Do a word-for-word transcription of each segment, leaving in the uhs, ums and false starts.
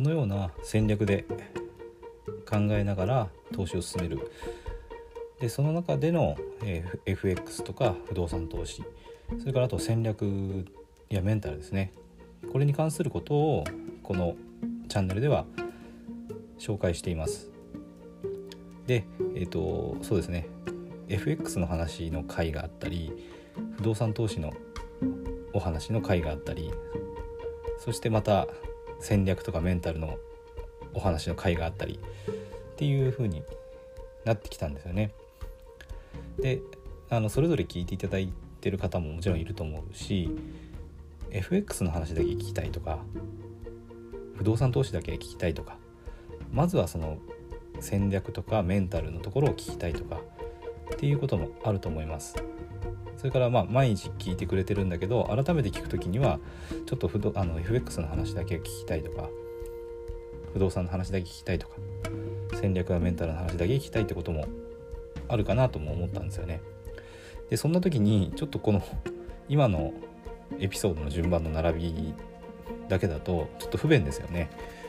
のような戦略で考えながら投資を進める。でその中での、えー、エフエックス とか不動産投資、それからあと戦略やメンタルですね、これに関することをこのチャンネルでは紹介しています。で、えーと、そうですね エフエックス の話の回があったり、不動産投資のお話の回があったり、そしてまた戦略とかメンタルのお話の回があったりっていう風になってきたんですよね。であのそれぞれ聞いていただいている方ももちろんいると思うし、 エフエックス の話だけ聞きたいとか、不動産投資だけ聞きたいとか、まずはその戦略とかメンタルのところを聞きたいとかっていうこともあると思います。それからまあ毎日聞いてくれてるんだけど、改めて聞くときにはちょっと不動あの エフエックス の話だけ聞きたいとか、不動産の話だけ聞きたいとか、戦略やメンタルの話だけ聞きたいってこともあるかなとも思ったんですよね。でそんな時にちょっとこの今のエピソードの順番の並びだけだとちょっと不便ですよね。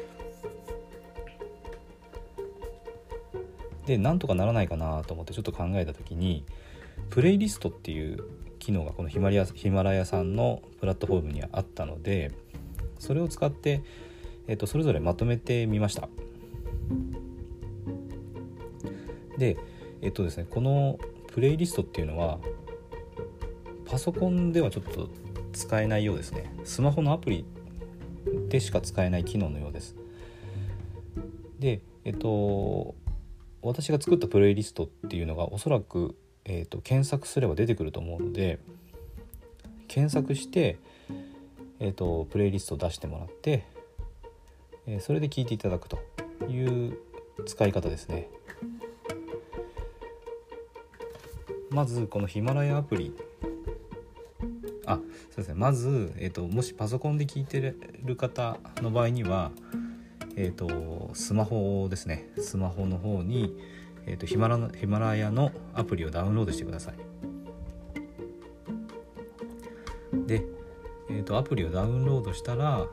でなんとかならないかなと思ってちょっと考えた時に、プレイリストっていう機能がこのヒマラヤ、ヒマラヤさんのプラットフォームにはあったので、それを使って、えっと、それぞれまとめてみました。でえっとですねこのプレイリストっていうのはパソコンではちょっと使えないようですね。スマホのアプリでしか使えない機能のようです。でえっと私が作ったプレイリストっていうのがおそらく、えーと、検索すれば出てくると思うので、検索して、えーと、プレイリストを出してもらって、えー、それで聞いていただくという使い方ですね。まずこのヒマラヤアプリ、あ、そうですね。まず、えーと、もしパソコンで聞いてる方の場合には、えーと、スマホですね。スマホの方に、えーと、ヒマラ、ヒマラヤのアプリをダウンロードしてください。で、えーと、アプリをダウンロードしたら、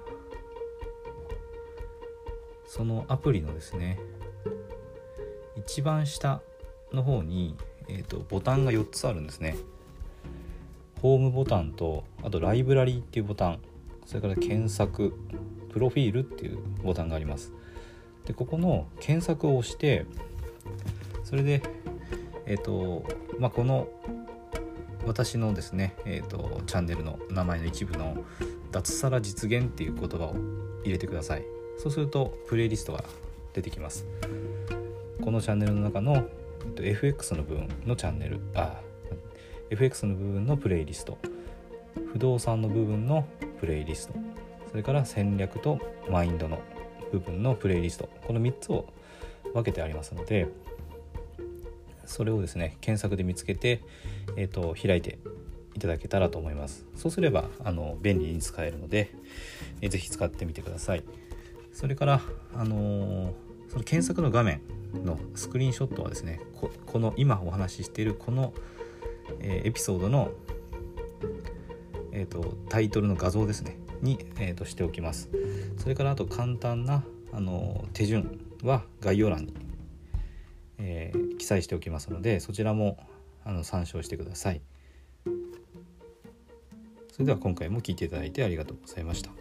そのアプリのですね、一番下の方に、えーと、ボタンがよっつあるんですね。ホームボタンと、あとライブラリーっていうボタン、それから検索、プロフィールっていうボタンがあります。でここの検索を押して、それでえっ、ー、とまあこの私のですね、えーとチャンネルの名前の一部の脱サラ実現っていう言葉を入れてください。そうするとプレイリストが出てきます。このチャンネルの中の、えー、と エフエックス の部分のチャンネル、あ エフエックス の部分のプレイリスト、不動産の部分のプレイリスト、それから戦略とマインドの部分のプレイリスト、このみっつを分けてありますので、それをですね検索で見つけて、えーと、開いていただけたらと思います。そうすればあの便利に使えるので、えー、ぜひ使ってみてください。それから、あのー、その検索の画面のスクリーンショットはですね こ, この今お話ししているこの、えー、エピソードの、えーと、タイトルの画像ですねに、えー、としておきます。それからあと簡単なあの手順は概要欄に、えー、記載しておきますので、そちらもあの参照してください。それでは今回も聞いていただいてありがとうございました。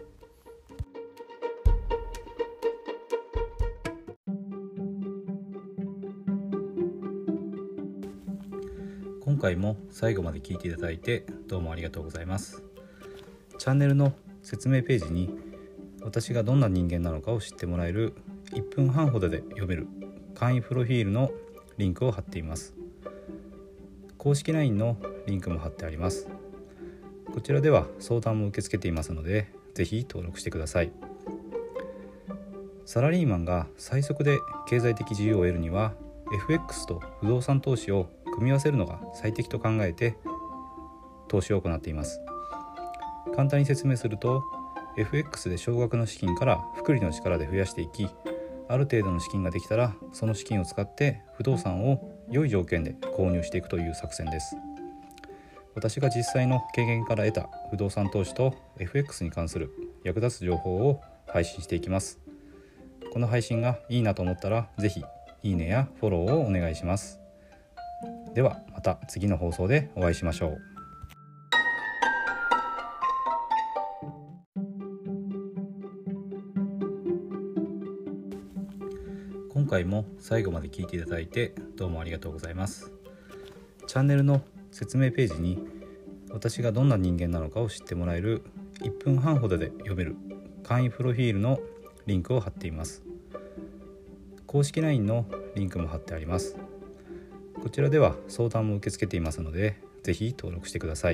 今回も最後まで聞いていただいてどうもありがとうございます。チャンネルの説明ページに私がどんな人間なのかを知ってもらえるいっぷんはんほどで読める簡易プロフィールのリンクを貼っています。公式 ライン のリンクも貼ってあります。こちらでは相談も受け付けていますので、ぜひ登録してください。サラリーマンが最速で経済的自由を得るには エフエックス と不動産投資を組み合わせるのが最適と考えて投資を行っています。簡単に説明すると、 エフエックス で少額の資金から複利の力で増やしていき、ある程度の資金ができたらその資金を使って不動産を良い条件で購入していくという作戦です。私が実際の経験から得た不動産投資と エフエックス に関する役立つ情報を配信していきます。 この配信がいいなと思ったらぜひいいねやフォローをお願いします。ではまた次の放送でお会いしましょう。今回も最後まで聞いていただいてどうもありがとうございます。チャンネルの説明ページに私がどんな人間なのかを知ってもらえるいっぷんはんほどで読める簡易プロフィールのリンクを貼っています。公式 ライン のリンクも貼ってあります。こちらでは相談も受け付けていますのでぜひ登録してください。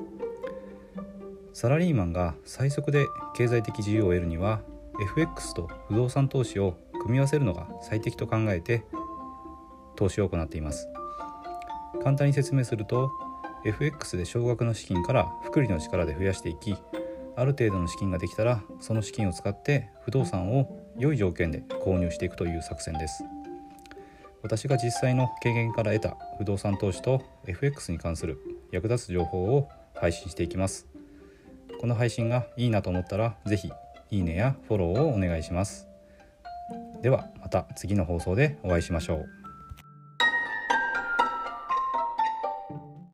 サラリーマンが最速で経済的自由を得るには エフエックス と不動産投資を組み合わせるのが最適と考えて投資を行っています。簡単に説明すると エフエックス で少額の資金から複利の力で増やしていき、ある程度の資金ができたらその資金を使って不動産を良い条件で購入していくという作戦です。私が実際の経験から得た不動産投資と エフエックス に関する役立つ情報を配信していきます。この配信がいいなと思ったらぜひいいねやフォローをお願いします。ではまた次の放送でお会いしましょう。